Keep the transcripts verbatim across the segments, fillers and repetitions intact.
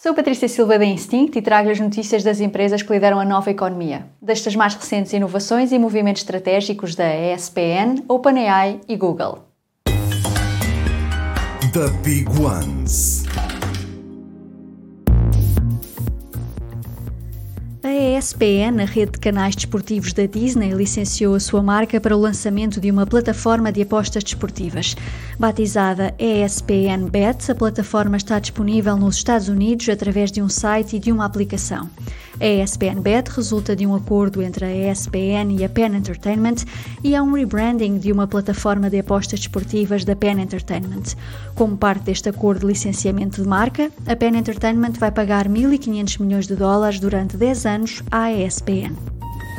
Sou Patrícia Silva da Instinct e trago as notícias das empresas que lideram a nova economia, destas mais recentes inovações e movimentos estratégicos da E S P N, OpenAI e Google. The Big Ones. A E S P N, a rede de canais desportivos da Disney, licenciou a sua marca para o lançamento de uma plataforma de apostas desportivas. Batizada E S P N Bet, a plataforma está disponível nos Estados Unidos através de um site e de uma aplicação. A E S P N Bet resulta de um acordo entre a E S P N e a Penn Entertainment e é um rebranding de uma plataforma de apostas desportivas da Penn Entertainment. Como parte deste acordo de licenciamento de marca, a Penn Entertainment vai pagar mil e quinhentos milhões de dólares durante dez anos à E S P N.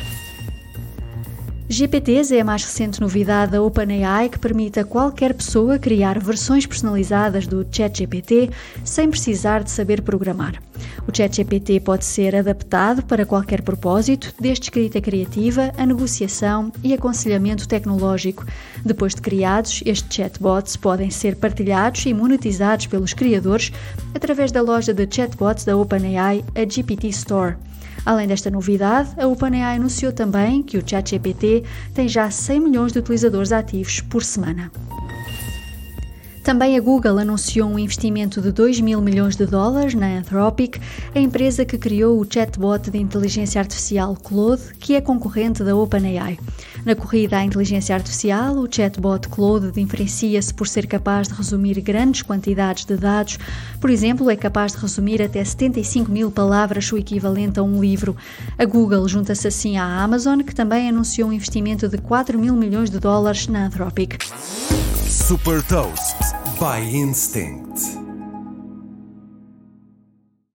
G P Ts é a mais recente novidade da OpenAI que permite a qualquer pessoa criar versões personalizadas do ChatGPT sem precisar de saber programar. O ChatGPT pode ser adaptado para qualquer propósito, desde escrita criativa a negociação e aconselhamento tecnológico. Depois de criados, estes chatbots podem ser partilhados e monetizados pelos criadores através da loja de chatbots da OpenAI, a G P T Store. Além desta novidade, a OpenAI anunciou também que o ChatGPT tem já cem milhões de utilizadores ativos por semana. Também a Google anunciou um investimento de dois mil milhões de dólares na Anthropic, a empresa que criou o chatbot de inteligência artificial Claude, que é concorrente da OpenAI. Na corrida à inteligência artificial, o chatbot Claude diferencia-se por ser capaz de resumir grandes quantidades de dados. Por exemplo, é capaz de resumir até setenta e cinco mil palavras, o equivalente a um livro. A Google junta-se assim à Amazon, que também anunciou um investimento de quatro mil milhões de dólares na Anthropic. Super Toast by Instinct.